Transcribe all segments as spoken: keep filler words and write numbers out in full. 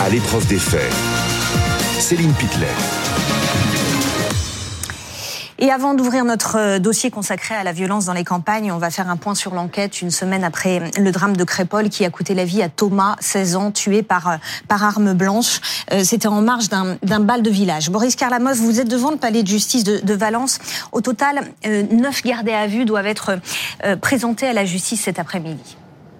à l'épreuve des faits. Céline Pitlet. Et avant d'ouvrir notre dossier consacré à la violence dans les campagnes, on va faire un point sur l'enquête une semaine après le drame de Crépol qui a coûté la vie à Thomas, seize ans, tué par, par arme blanche. Euh, c'était en marge d'un, d'un bal de village. Boris Karlamov, vous êtes devant le palais de justice de, de Valence. Au total, euh, neuf gardés à vue doivent être euh, présentés à la justice cet après-midi.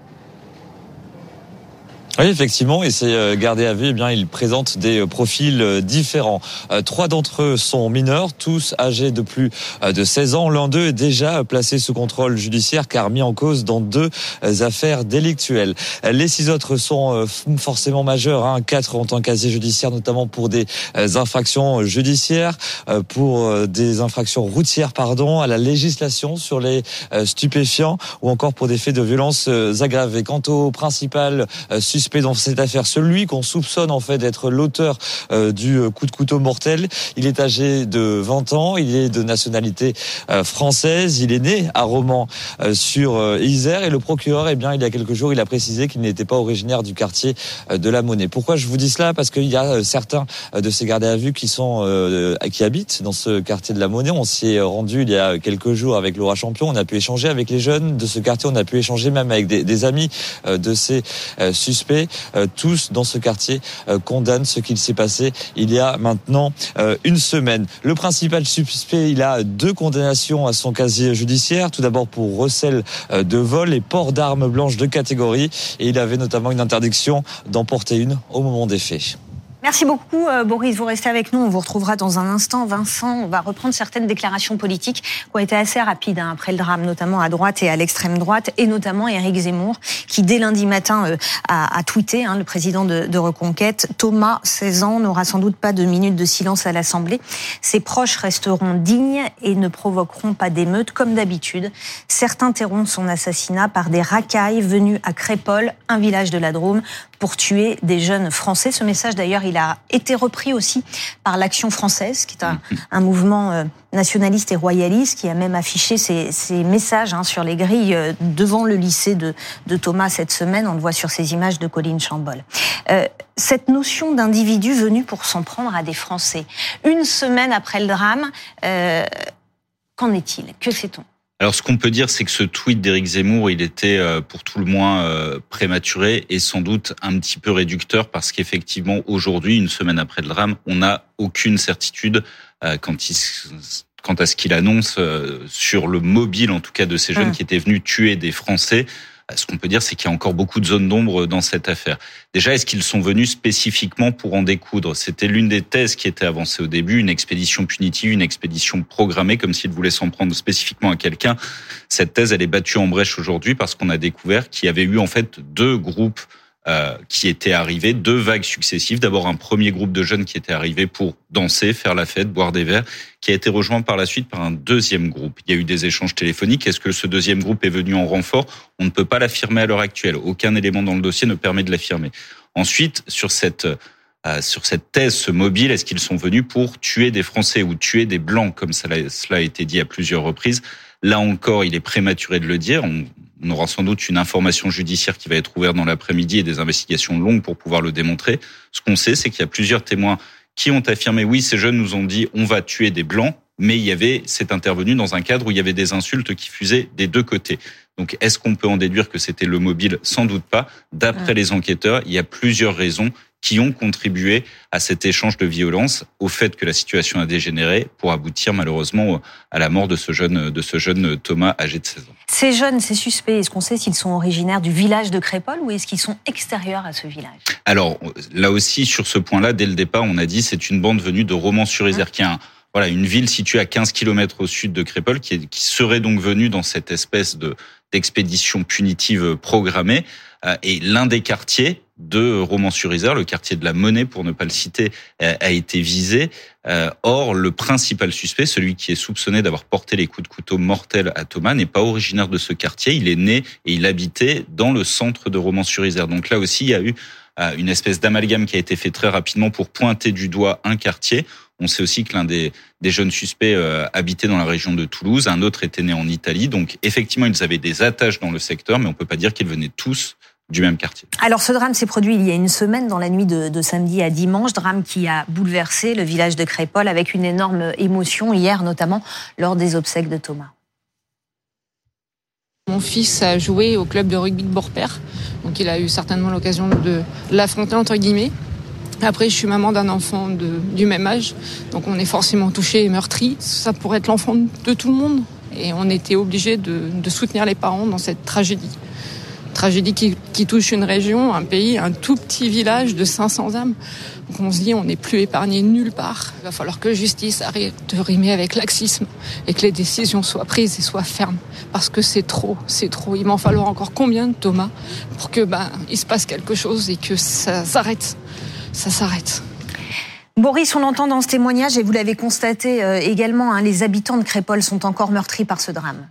Oui, effectivement, et ces gardés à vue, eh bien, ils présentent des profils différents. Trois d'entre eux sont mineurs, tous âgés de plus de seize ans. L'un d'eux est déjà placé sous contrôle judiciaire car mis en cause dans deux affaires délictuelles. Les six autres sont forcément majeurs, hein. Quatre ont un casier judiciaire, notamment pour des infractions judiciaires, pour des infractions routières, pardon, à la législation sur les stupéfiants ou encore pour des faits de violence aggravée. Quant au principal suspect dans cette affaire, celui qu'on soupçonne en fait d'être l'auteur euh, du coup de couteau mortel. Il est âgé de vingt ans, il est de nationalité euh, française, il est né à Romans euh, sur euh, Isère et le procureur, eh bien, il y a quelques jours, il a précisé qu'il n'était pas originaire du quartier euh, de la Monnaie. Pourquoi je vous dis cela ? Parce qu'il y a euh, certains euh, de ces gardés à vue qui sont euh, qui habitent dans ce quartier de la Monnaie. On s'y est rendu il y a quelques jours avec Laura Champion. On a pu échanger avec les jeunes de ce quartier. On a pu échanger même avec des, des amis euh, de ces euh, suspects. Euh, tous dans ce quartier euh, condamnent ce qu'il s'est passé il y a maintenant euh, une semaine. Le principal suspect, il a deux condamnations à son casier judiciaire. Tout d'abord pour recel euh, de vol et port d'armes blanches de catégorie. Et il avait notamment une interdiction d'en porter une au moment des faits. Merci beaucoup, euh, Boris. Vous restez avec nous. On vous retrouvera dans un instant. Vincent, on va reprendre certaines déclarations politiques qui ont été assez rapides hein, après le drame, notamment à droite et à l'extrême droite, et notamment Éric Zemmour, qui dès lundi matin euh, a, a tweeté, hein, le président de, de Reconquête, Thomas, seize ans, n'aura sans doute pas de minute de silence à l'Assemblée. Ses proches resteront dignes et ne provoqueront pas d'émeutes comme d'habitude. Certains interrompent son assassinat par des racailles venues à Crépol, un village de la Drôme, pour tuer des jeunes Français. Ce message, d'ailleurs, il a été repris aussi par l'Action française, qui est un, un mouvement euh, nationaliste et royaliste, qui a même affiché ses, ses messages hein, sur les grilles euh, devant le lycée de, de Thomas cette semaine. On le voit sur ces images de Colline Chambol. Euh, cette notion d'individu venu pour s'en prendre à des Français, une semaine après le drame, euh, qu'en est-il ? Que sait-on ? Alors, ce qu'on peut dire, c'est que ce tweet d'Éric Zemmour, il était pour tout le moins prématuré et sans doute un petit peu réducteur parce qu'effectivement, aujourd'hui, une semaine après le drame, on n'a aucune certitude quand il, quant à ce qu'il annonce sur le mobile, en tout cas, de ces jeunes mmh. qui étaient venus tuer des Français. Ce qu'on peut dire, c'est qu'il y a encore beaucoup de zones d'ombre dans cette affaire. Déjà, est-ce qu'ils sont venus spécifiquement pour en découdre ? C'était l'une des thèses qui était avancée au début, une expédition punitive, une expédition programmée, comme s'ils voulaient s'en prendre spécifiquement à quelqu'un. Cette thèse, elle est battue en brèche aujourd'hui parce qu'on a découvert qu'il y avait eu en fait deux groupes Euh, qui étaient arrivés, deux vagues successives. D'abord, un premier groupe de jeunes qui était arrivé pour danser, faire la fête, boire des verres, qui a été rejoint par la suite par un deuxième groupe. Il y a eu des échanges téléphoniques. Est-ce que ce deuxième groupe est venu en renfort ? On ne peut pas l'affirmer à l'heure actuelle. Aucun élément dans le dossier ne permet de l'affirmer. Ensuite, sur cette euh, sur cette thèse, ce mobile, est-ce qu'ils sont venus pour tuer des Français ou tuer des Blancs, comme cela, cela a été dit à plusieurs reprises ? Là encore, il est prématuré de le dire. On, On aura sans doute une information judiciaire qui va être ouverte dans l'après-midi et des investigations longues pour pouvoir le démontrer. Ce qu'on sait, c'est qu'il y a plusieurs témoins qui ont affirmé, oui, ces jeunes nous ont dit, on va tuer des Blancs, mais il y avait, c'est intervenu dans un cadre où il y avait des insultes qui fusaient des deux côtés. Donc, est-ce qu'on peut en déduire que c'était le mobile ? Sans doute pas. D'après ouais. les enquêteurs, il y a plusieurs raisons qui ont contribué à cet échange de violence, au fait que la situation a dégénéré pour aboutir malheureusement à la mort de ce jeune, de ce jeune Thomas âgé de seize ans. Ces jeunes, ces suspects, est-ce qu'on sait s'ils sont originaires du village de Crépol ou est-ce qu'ils sont extérieurs à ce village ? Alors, là aussi, sur ce point-là, dès le départ, on a dit c'est une bande venue de Romans-sur-Isère, qui est un, voilà, une ville située à quinze kilomètres au sud de Crépol, qui, est, qui serait donc venue dans cette espèce de, d'expédition punitive programmée. Et l'un des quartiers de Romans-sur-Isère, le quartier de la Monnaie, pour ne pas le citer, a été visé. Or, le principal suspect, celui qui est soupçonné d'avoir porté les coups de couteau mortels à Thomas, n'est pas originaire de ce quartier. Il est né et il habitait dans le centre de Romans-sur-Isère. Donc là aussi, il y a eu une espèce d'amalgame qui a été fait très rapidement pour pointer du doigt un quartier. On sait aussi que l'un des, des jeunes suspects euh, habitait dans la région de Toulouse, un autre était né en Italie. Donc effectivement, ils avaient des attaches dans le secteur, mais on peut pas dire qu'ils venaient tous du même quartier. Alors ce drame s'est produit il y a une semaine, dans la nuit de, de samedi à dimanche, drame qui a bouleversé le village de Crépol avec une énorme émotion hier, notamment lors des obsèques de Thomas. Mon fils a joué au club de rugby de Beaurepaire, donc il a eu certainement l'occasion de l'affronter entre guillemets. Après, je suis maman d'un enfant de, du même âge, donc on est forcément touché et meurtri. Ça pourrait être l'enfant de tout le monde, et on était obligés de, de soutenir les parents dans cette tragédie. Tragédie qui, qui touche une région, un pays, un tout petit village de cinq cents âmes. Donc on se dit, on n'est plus épargné nulle part. Il va falloir que justice arrête de rimer avec laxisme et que les décisions soient prises et soient fermes. Parce que c'est trop, c'est trop. Il va en falloir encore combien de Thomas pour que bah, il se passe quelque chose et que ça s'arrête. Ça s'arrête. Boris, on l'entend dans ce témoignage et vous l'avez constaté euh, également, hein, les habitants de Crépol sont encore meurtris par ce drame.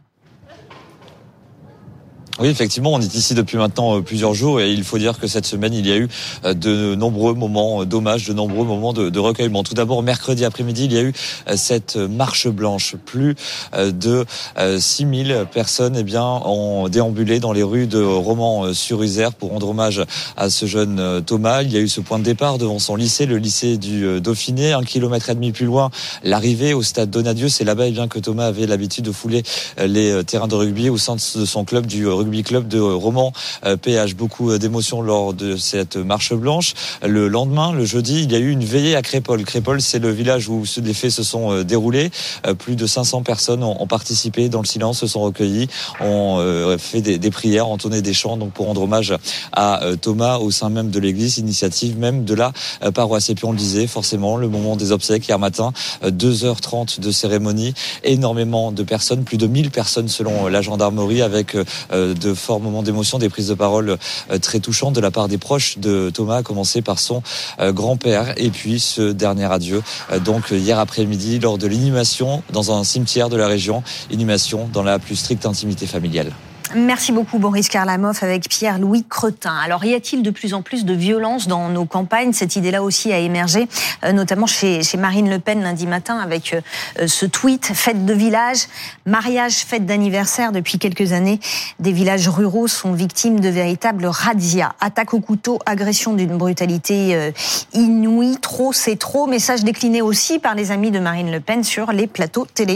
Oui, effectivement, on est ici depuis maintenant plusieurs jours et il faut dire que cette semaine, il y a eu de nombreux moments d'hommage, de nombreux moments de, de recueillement. Tout d'abord, mercredi après-midi, il y a eu cette marche blanche. Plus de six mille personnes eh bien, ont déambulé dans les rues de Romans-sur-Isère pour rendre hommage à ce jeune Thomas. Il y a eu ce point de départ devant son lycée, le lycée du Dauphiné. Un kilomètre et demi plus loin, l'arrivée au stade Donadieu. C'est là-bas eh bien, que Thomas avait l'habitude de fouler les terrains de rugby au sein de son club du rugby club de Romans P H. Beaucoup d'émotions lors de cette marche blanche. Le lendemain, le jeudi, il y a eu une veillée à Crépol. Crépol, c'est le village où les faits se sont déroulés. Plus de cinq cents personnes ont participé dans le silence, se sont recueillies, ont fait des, des prières, ont entonné des chants donc pour rendre hommage à Thomas au sein même de l'église, initiative même de la paroisse. Et puis on le disait, forcément, le moment des obsèques hier matin, deux heures trente de cérémonie, énormément de personnes, plus de mille personnes selon la gendarmerie, avec de forts moments d'émotion, des prises de parole très touchantes de la part des proches de Thomas, à commencer par son grand-père, et puis ce dernier adieu, donc hier après-midi, lors de l'inhumation dans un cimetière de la région, inhumation dans la plus stricte intimité familiale. Merci beaucoup Boris Karlamov avec Pierre-Louis Cretin. Alors y a-t-il de plus en plus de violence dans nos campagnes ? Cette idée-là aussi a émergé, euh, notamment chez, chez Marine Le Pen lundi matin avec euh, ce tweet « Fête de village, mariage, fête d'anniversaire ». Depuis quelques années, des villages ruraux sont victimes de véritables razzias. Attaques au couteau, agression d'une brutalité euh, inouïe, trop c'est trop. Message décliné aussi par les amis de Marine Le Pen sur les plateaux télé.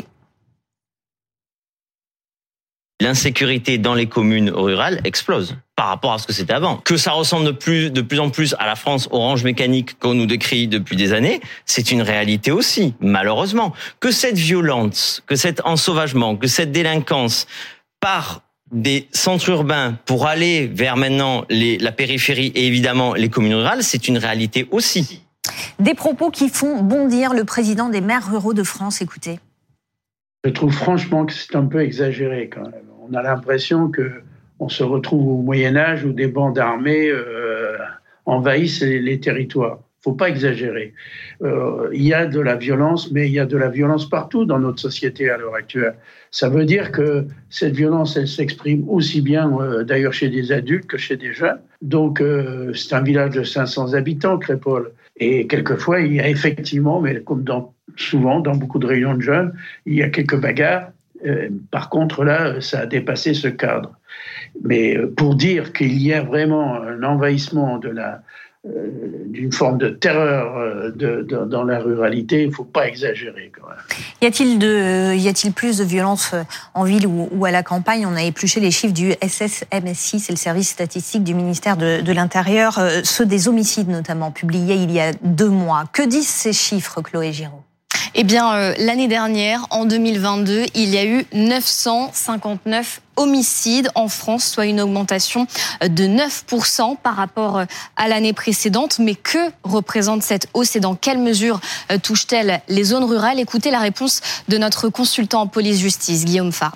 L'insécurité dans les communes rurales explose par rapport à ce que c'était avant. Que ça ressemble de plus, de plus en plus à la France orange mécanique qu'on nous décrit depuis des années, c'est une réalité aussi, malheureusement. Que cette violence, que cet ensauvagement, que cette délinquance par des centres urbains pour aller vers maintenant les, la périphérie et évidemment les communes rurales, c'est une réalité aussi. Des propos qui font bondir le président des maires ruraux de France, écoutez. Je trouve franchement que c'est un peu exagéré quand même. On a l'impression qu'on se retrouve au Moyen-Âge où des bandes armées euh, envahissent les, les territoires. Il ne faut pas exagérer. Euh, il y a de la violence, mais il y a de la violence partout dans notre société à l'heure actuelle. Ça veut dire que cette violence, elle s'exprime aussi bien euh, d'ailleurs chez des adultes que chez des jeunes. Donc euh, c'est un village de cinq cents habitants, Crépol. Et quelquefois, il y a effectivement, mais comme dans, souvent dans beaucoup de réunions de jeunes, il y a quelques bagarres. Euh, par contre, là, ça a dépassé ce cadre. Mais euh, pour dire qu'il y a vraiment un envahissement de la, euh, d'une forme de terreur euh, de, de, dans la ruralité, il ne faut pas exagérer quand même. Y a-t-il de, y a-t-il plus de violence en ville ou, ou à la campagne ? On a épluché les chiffres du S S M S I, c'est le service statistique du ministère de, de l'Intérieur, euh, ceux des homicides notamment, publiés il y a deux mois. Que disent ces chiffres, Chloé Giraud ? Eh bien, euh, l'année dernière, en deux mille vingt-deux, il y a eu neuf cent cinquante-neuf homicides en France, soit une augmentation de neuf pour cent par rapport à l'année précédente. Mais que représente cette hausse et dans quelle mesure touche-t-elle les zones rurales ? Écoutez la réponse de notre consultant en police-justice, Guillaume Fard.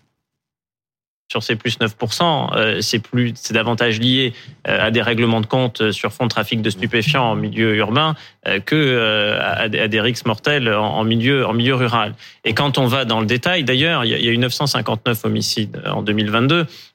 Sur ces plus neuf pour cent, euh, c'est plus, c'est davantage lié euh, à des règlements de compte sur fond de trafic de stupéfiants en milieu urbain euh, que euh, à, à des rixes mortels en, en milieu en milieu rural. Et quand on va dans le détail, d'ailleurs, il y a, il y a eu neuf cent cinquante-neuf homicides en deux mille vingt-deux.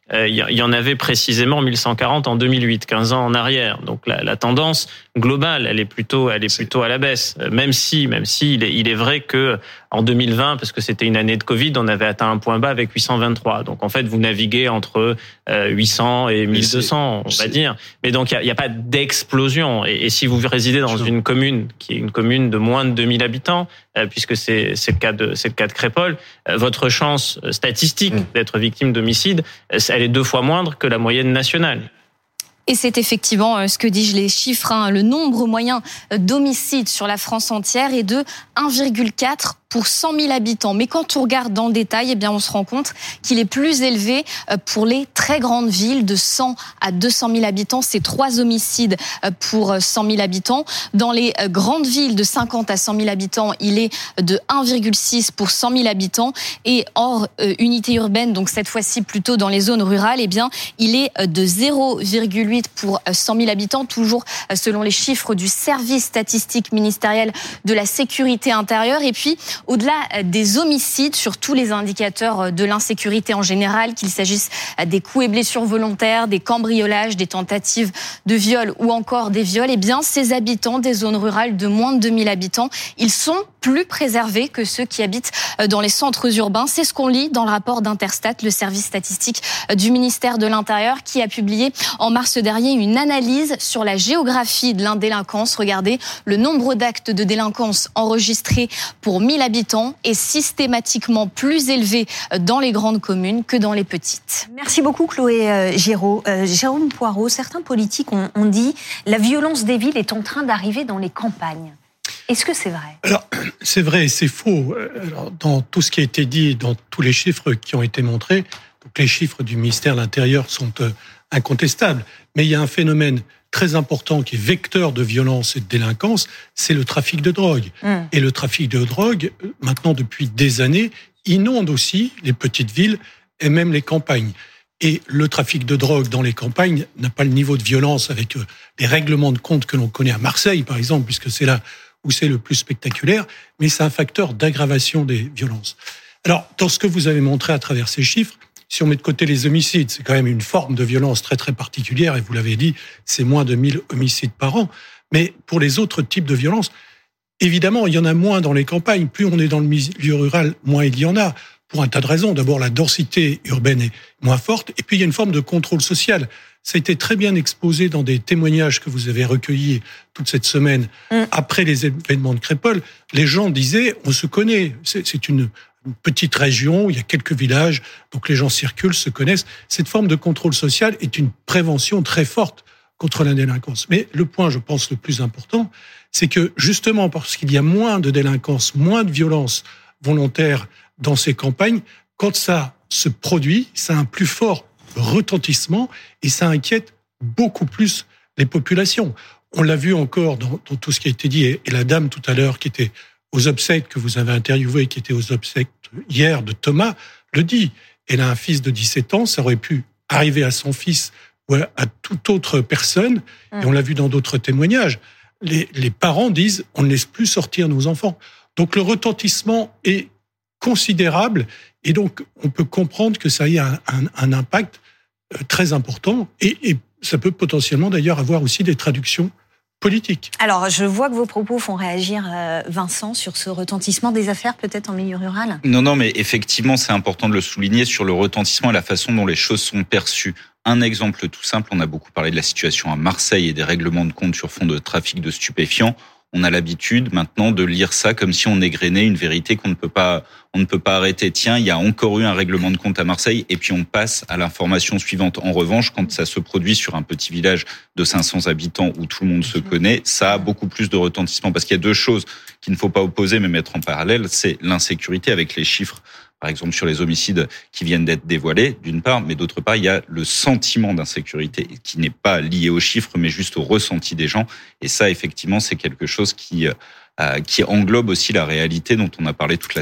il y en avait précisément mille cent quarante en deux mille huit, quinze ans en arrière. Donc la, la tendance globale, elle est plutôt, elle est plutôt à la baisse. Même si, même si il est, il est vrai que en deux mille vingt, parce que c'était une année de Covid, on avait atteint un point bas avec huit cent vingt-trois. Donc en fait, vous naviguez entre huit cents et mille deux cents, on va dire. Mais donc il n'y a, a pas d'explosion. Et, et si vous résidez dans une commune qui est une commune de moins de deux mille habitants, puisque c'est, c'est le cas de, c'est le cas de Crépol, votre chance statistique mmh. d'être victime d'homicide, elle est deux fois moindre que la moyenne nationale. Et c'est effectivement ce que disent les chiffres. Hein. Le nombre moyen d'homicides sur la France entière est de un virgule quatre pour cent mille habitants. Mais quand on regarde dans le détail, eh bien, on se rend compte qu'il est plus élevé pour les très grandes villes de cent à deux cent mille habitants. C'est trois homicides pour cent mille habitants. Dans les grandes villes de cinquante à cent mille habitants, il est de un virgule six pour cent mille habitants. Et hors unité urbaine, donc cette fois-ci plutôt dans les zones rurales, eh bien, il est de zéro virgule huit pour cent mille habitants, toujours selon les chiffres du service statistique ministériel de la sécurité intérieure. Et puis, au-delà des homicides, sur tous les indicateurs de l'insécurité en général, qu'il s'agisse des coups et blessures volontaires, des cambriolages, des tentatives de viol ou encore des viols, eh bien, ces habitants des zones rurales de moins de deux mille habitants, ils sont plus préservés que ceux qui habitent dans les centres urbains. C'est ce qu'on lit dans le rapport d'Interstat, le service statistique du ministère de l'Intérieur, qui a publié en mars dernier une analyse sur la géographie de l'indélinquance. Regardez, le nombre d'actes de délinquance enregistrés pour mille habitants est systématiquement plus élevé dans les grandes communes que dans les petites. Merci beaucoup Chloé euh, Géraud. Euh, Jérôme Poirot, certains politiques ont, ont dit la violence des villes est en train d'arriver dans les campagnes. Est-ce que c'est vrai ? Alors, c'est vrai et c'est faux. Alors, dans tout ce qui a été dit, dans tous les chiffres qui ont été montrés, donc les chiffres du ministère de l'Intérieur sont euh, incontestables. Mais il y a un phénomène très important qui est vecteur de violence et de délinquance, c'est le trafic de drogue. Mmh. Et le trafic de drogue, maintenant depuis des années, inonde aussi les petites villes et même les campagnes. Et le trafic de drogue dans les campagnes n'a pas le niveau de violence avec euh, les règlements de compte que l'on connaît à Marseille, par exemple, puisque c'est là où c'est le plus spectaculaire, mais c'est un facteur d'aggravation des violences. Alors, dans ce que vous avez montré à travers ces chiffres, si on met de côté les homicides, c'est quand même une forme de violence très très particulière, et vous l'avez dit, c'est moins de mille homicides par an. Mais pour les autres types de violences, évidemment, il y en a moins dans les campagnes. Plus on est dans le milieu rural, moins il y en a, pour un tas de raisons. D'abord, la densité urbaine est moins forte, et puis il y a une forme de contrôle social. Ça a été très bien exposé dans des témoignages que vous avez recueillis toute cette semaine mmh. après les événements de Crépol. Les gens disaient, on se connaît, c'est, c'est une, une petite région, il y a quelques villages, donc les gens circulent, se connaissent. Cette forme de contrôle social est une prévention très forte contre la délinquance. Mais le point, je pense, le plus important, c'est que justement parce qu'il y a moins de délinquance, moins de violence volontaire dans ces campagnes, quand ça se produit, ça a un plus fort retentissement et ça inquiète beaucoup plus les populations. On l'a vu encore dans, dans tout ce qui a été dit, et, et la dame tout à l'heure qui était aux obsèques, que vous avez interviewée, qui était aux obsèques hier de Thomas, le dit. Elle a un fils de dix-sept ans, ça aurait pu arriver à son fils ou à, à toute autre personne, et on l'a vu dans d'autres témoignages. Les, les parents disent, on ne laisse plus sortir nos enfants. Donc le retentissement est considérable, et donc on peut comprendre que ça ait un, un, un impact très important, et, et ça peut potentiellement d'ailleurs avoir aussi des traductions politiques. Alors, je vois que vos propos font réagir euh, Vincent sur ce retentissement des affaires, peut-être en milieu rural. Non, non, mais effectivement, c'est important de le souligner sur le retentissement et la façon dont les choses sont perçues. Un exemple tout simple, on a beaucoup parlé de la situation à Marseille et des règlements de compte sur fond de trafic de stupéfiants. On a l'habitude maintenant de lire ça comme si on égrenait une vérité qu'on ne peut pas, on ne peut pas arrêter. Tiens, il y a encore eu un règlement de compte à Marseille, et puis on passe à l'information suivante. En revanche, quand ça se produit sur un petit village de cinq cents habitants où tout le monde se connaît, ça a beaucoup plus de retentissement, parce qu'il y a deux choses qu'il ne faut pas opposer mais mettre en parallèle. C'est l'insécurité avec les chiffres, par exemple sur les homicides qui viennent d'être dévoilés, d'une part, mais d'autre part, il y a le sentiment d'insécurité qui n'est pas lié aux chiffres, mais juste au ressenti des gens. Et ça, effectivement, c'est quelque chose qui, euh, qui englobe aussi la réalité dont on a parlé toute la semaine.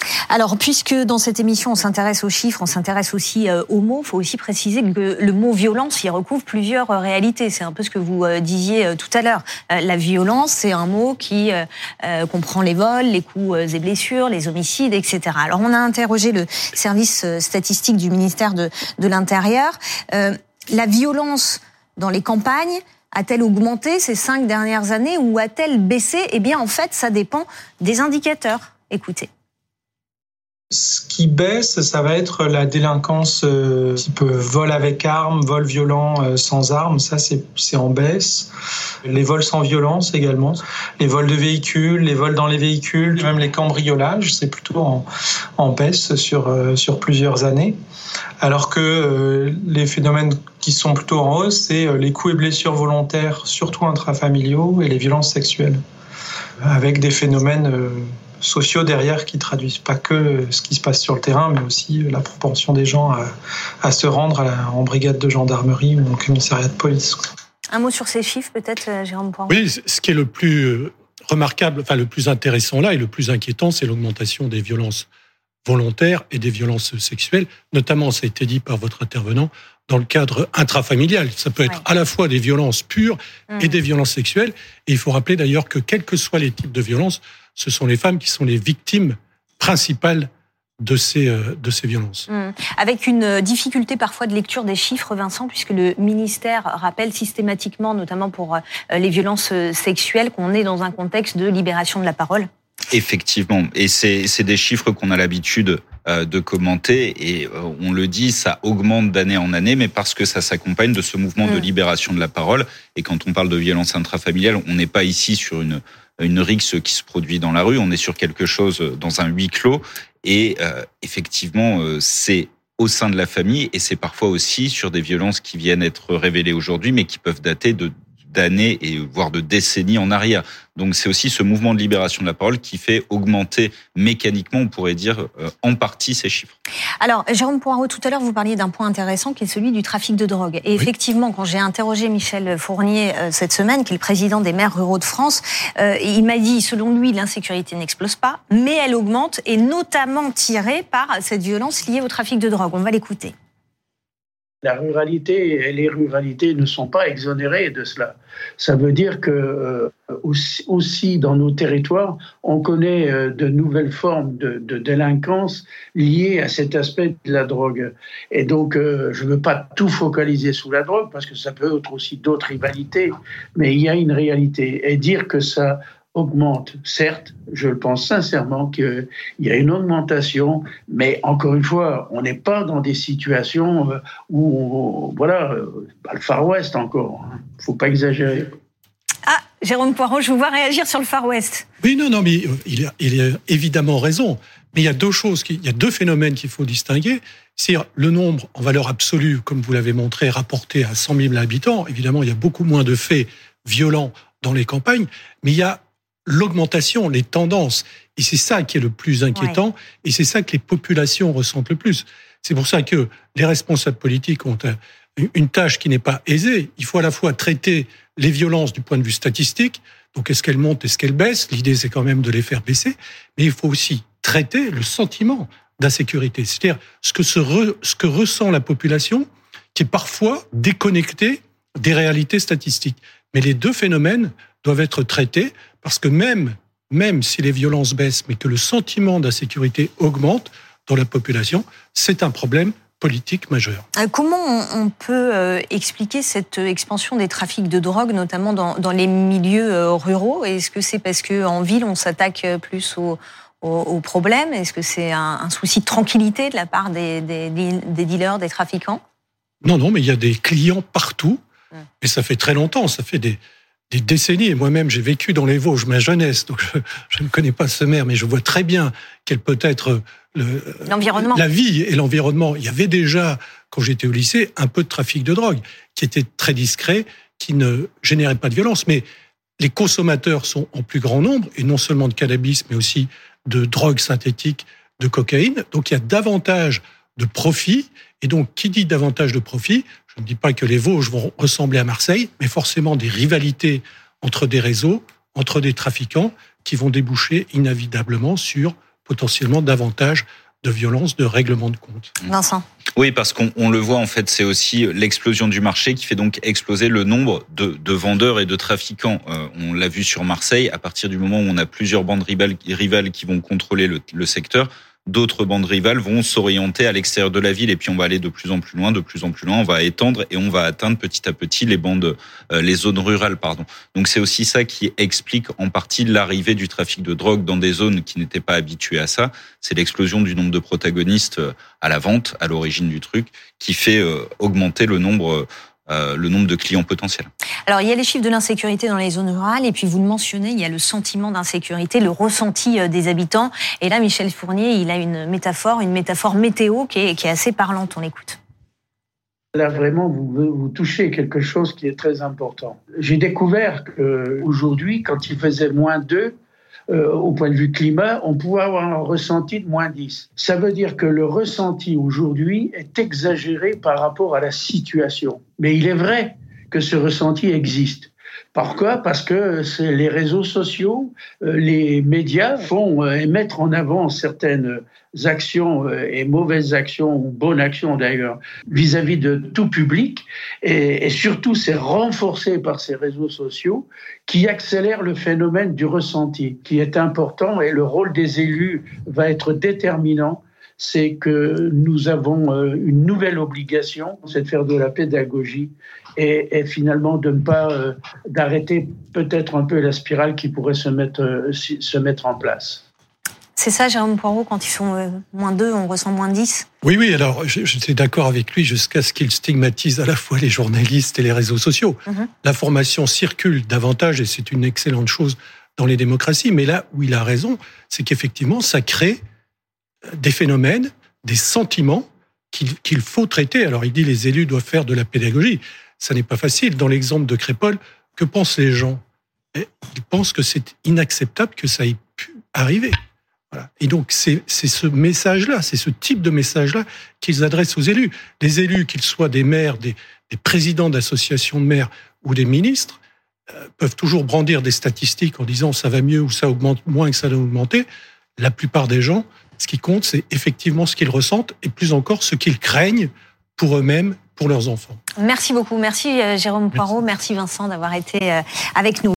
Alors, puisque dans cette émission, on s'intéresse aux chiffres, on s'intéresse aussi euh, aux mots, il faut aussi préciser que le mot violence, il recouvre plusieurs euh, réalités. C'est un peu ce que vous euh, disiez euh, tout à l'heure. Euh, la violence, c'est un mot qui euh, euh, comprend les vols, les coups et blessures, les homicides, et cetera. Alors, on a interrogé le service statistique du ministère de, de l'Intérieur. Euh, la violence dans les campagnes, a-t-elle augmenté ces cinq dernières années ou a-t-elle baissé ? Eh bien, en fait, ça dépend des indicateurs. Écoutez. Ce qui baisse, ça va être la délinquance euh, type vol avec armes, vol violent euh, sans armes, ça c'est, c'est en baisse. Les vols sans violence également, les vols de véhicules, les vols dans les véhicules, même les cambriolages, c'est plutôt en, en baisse sur, euh, sur plusieurs années. Alors que euh, les phénomènes qui sont plutôt en hausse, c'est euh, les coups et blessures volontaires, surtout intrafamiliaux, et les violences sexuelles, avec des phénomènes euh, sociaux derrière qui traduisent pas que ce qui se passe sur le terrain, mais aussi la propension des gens à, à se rendre à la, en brigade de gendarmerie ou en commissariat de police. Un mot sur ces chiffres, peut-être, Jérôme Poireau ? Oui, ce qui est le plus remarquable, enfin le plus intéressant là et le plus inquiétant, c'est l'augmentation des violences volontaires et des violences sexuelles, notamment, ça a été dit par votre intervenant, dans le cadre intrafamilial. Ça peut être ouais. à la fois des violences pures mmh. et des violences sexuelles. Et il faut rappeler d'ailleurs que quels que soient les types de violences, ce sont les femmes qui sont les victimes principales de ces, euh, de ces violences. Mmh. Avec une difficulté parfois de lecture des chiffres, Vincent, puisque le ministère rappelle systématiquement, notamment pour euh, les violences sexuelles, qu'on est dans un contexte de libération de la parole. Effectivement, et c'est, c'est des chiffres qu'on a l'habitude euh, de commenter, et euh, on le dit, ça augmente d'année en année, mais parce que ça s'accompagne de ce mouvement mmh. de libération de la parole. Et quand on parle de violence intrafamiliale, on n'est pas ici sur une une rixe qui se produit dans la rue, on est sur quelque chose dans un huis clos, et euh, effectivement, euh, c'est au sein de la famille, et c'est parfois aussi sur des violences qui viennent être révélées aujourd'hui, mais qui peuvent dater de d'années et voire de décennies en arrière. Donc c'est aussi ce mouvement de libération de la parole qui fait augmenter mécaniquement, on pourrait dire, euh, en partie ces chiffres. Alors, Jérôme Poireau, tout à l'heure, vous parliez d'un point intéressant qui est celui du trafic de drogue. Et oui. effectivement, quand j'ai interrogé Michel Fournier euh, cette semaine, qui est le président des maires ruraux de France, euh, il m'a dit, selon lui, l'insécurité n'explose pas, mais elle augmente, et notamment tirée par cette violence liée au trafic de drogue. On va l'écouter. La ruralité et les ruralités ne sont pas exonérées de cela. Ça veut dire que euh, aussi, aussi dans nos territoires, on connaît euh, de nouvelles formes de, de délinquance liées à cet aspect de la drogue. Et donc, euh, je ne veux pas tout focaliser sur la drogue, parce que ça peut être aussi d'autres rivalités, mais il y a une réalité. Et dire que ça augmente, certes, je le pense sincèrement qu'il y a une augmentation, mais encore une fois, on n'est pas dans des situations où, on, voilà, le Far West encore, il ne faut pas exagérer. Ah, Jérôme Poireau, je vous vois réagir sur le Far West. Oui, non, non, mais il a, il a évidemment raison. Mais il y a deux choses, il y a deux phénomènes qu'il faut distinguer. C'est le nombre en valeur absolue, comme vous l'avez montré, rapporté à cent mille habitants. Évidemment, il y a beaucoup moins de faits violents dans les campagnes, mais il y a l'augmentation, les tendances. Et c'est ça qui est le plus inquiétant, ouais. et c'est ça que les populations ressentent le plus. C'est pour ça que les responsables politiques ont une tâche qui n'est pas aisée. Il faut à la fois traiter les violences du point de vue statistique, donc est-ce qu'elles montent, est-ce qu'elles baissent, l'idée c'est quand même de les faire baisser, mais il faut aussi traiter le sentiment d'insécurité, c'est-à-dire ce que, se re, ce que ressent la population, qui est parfois déconnectée des réalités statistiques. Mais les deux phénomènes doivent être traités, parce que même, même si les violences baissent, mais que le sentiment d'insécurité augmente dans la population, c'est un problème politique majeur. Comment on peut euh, expliquer cette expansion des trafics de drogue, notamment dans, dans les milieux euh, ruraux ? Est-ce que c'est parce qu'en ville, on s'attaque plus aux, aux, aux problèmes ? Est-ce que c'est un, un souci de tranquillité de la part des, des, des dealers, des trafiquants ? Non, non, mais il y a des clients partout, hum. et ça fait très longtemps, ça fait des... des décennies, et moi-même j'ai vécu dans les Vosges ma jeunesse, donc je, je ne connais pas ce maire, mais je vois très bien quel peut être le, l'environnement. La vie et l'environnement. Il y avait déjà, quand j'étais au lycée, un peu de trafic de drogue, qui était très discret, qui ne générait pas de violence, mais les consommateurs sont en plus grand nombre, et non seulement de cannabis, mais aussi de drogues synthétiques, de cocaïne, donc il y a davantage de profit, et donc qui dit davantage de profit, je ne dis pas que les Vosges vont ressembler à Marseille, mais forcément des rivalités entre des réseaux, entre des trafiquants, qui vont déboucher inévitablement sur potentiellement davantage de violence, de règlement de compte. Vincent. Oui, parce qu'on on le voit, en fait, c'est aussi l'explosion du marché qui fait donc exploser le nombre de, de vendeurs et de trafiquants. Euh, on l'a vu sur Marseille, à partir du moment où on a plusieurs bandes rivales, rivales qui vont contrôler le, le secteur, d'autres bandes rivales vont s'orienter à l'extérieur de la ville et puis on va aller de plus en plus loin, de plus en plus loin, on va étendre et on va atteindre petit à petit les bandes, euh, les zones rurales, pardon. Donc c'est aussi ça qui explique en partie l'arrivée du trafic de drogue dans des zones qui n'étaient pas habituées à ça. C'est l'explosion du nombre de protagonistes à la vente, à l'origine du truc, qui fait euh, augmenter le nombre Euh, le nombre de clients potentiels. Alors, il y a les chiffres de l'insécurité dans les zones rurales, et puis vous le mentionnez, il y a le sentiment d'insécurité, le ressenti des habitants. Et là, Michel Fournier, il a une métaphore, une métaphore météo qui est, qui est assez parlante. On l'écoute. Là, vraiment, vous, vous touchez quelque chose qui est très important. J'ai découvert qu'aujourd'hui, quand il faisait moins deux, Euh, au point de vue climat, on pouvait avoir un ressenti de moins dix. Ça veut dire que le ressenti aujourd'hui est exagéré par rapport à la situation. Mais il est vrai que ce ressenti existe. Pourquoi ? Parce que c'est les réseaux sociaux, les médias font et mettent en avant certaines actions et mauvaises actions, ou bonnes actions d'ailleurs, vis-à-vis de tout public. Et, et surtout, c'est renforcé par ces réseaux sociaux qui accélèrent le phénomène du ressenti, qui est important. Et le rôle des élus va être déterminant. C'est que nous avons une nouvelle obligation, c'est de faire de la pédagogie et, et finalement de ne pas euh, d'arrêter peut-être un peu la spirale qui pourrait se mettre euh, se mettre en place. C'est ça, Jérôme Poirot, quand ils font euh, moins deux, on ressent moins dix. Oui, oui, alors je, je suis d'accord avec lui jusqu'à ce qu'il stigmatise à la fois les journalistes et les réseaux sociaux. Mmh. L'information circule davantage et c'est une excellente chose dans les démocraties, mais là où il a raison, c'est qu'effectivement ça crée des phénomènes, des sentiments qu'il, qu'il faut traiter. Alors il dit les élus doivent faire de la pédagogie. Ça n'est pas facile. Dans l'exemple de Crépol, que pensent les gens ? Ils pensent que c'est inacceptable que ça ait pu arriver. Voilà. Et donc c'est, c'est ce message-là, c'est ce type de message-là qu'ils adressent aux élus. Les élus, qu'ils soient des maires, des, des présidents d'associations de maires ou des ministres, euh, peuvent toujours brandir des statistiques en disant ça va mieux ou ça augmente moins que ça doit augmenter. La plupart des gens, ce qui compte, c'est effectivement ce qu'ils ressentent et plus encore ce qu'ils craignent pour eux-mêmes, pour leurs enfants. Merci beaucoup. Merci Jérôme Poirot. Merci, Merci Vincent d'avoir été avec nous.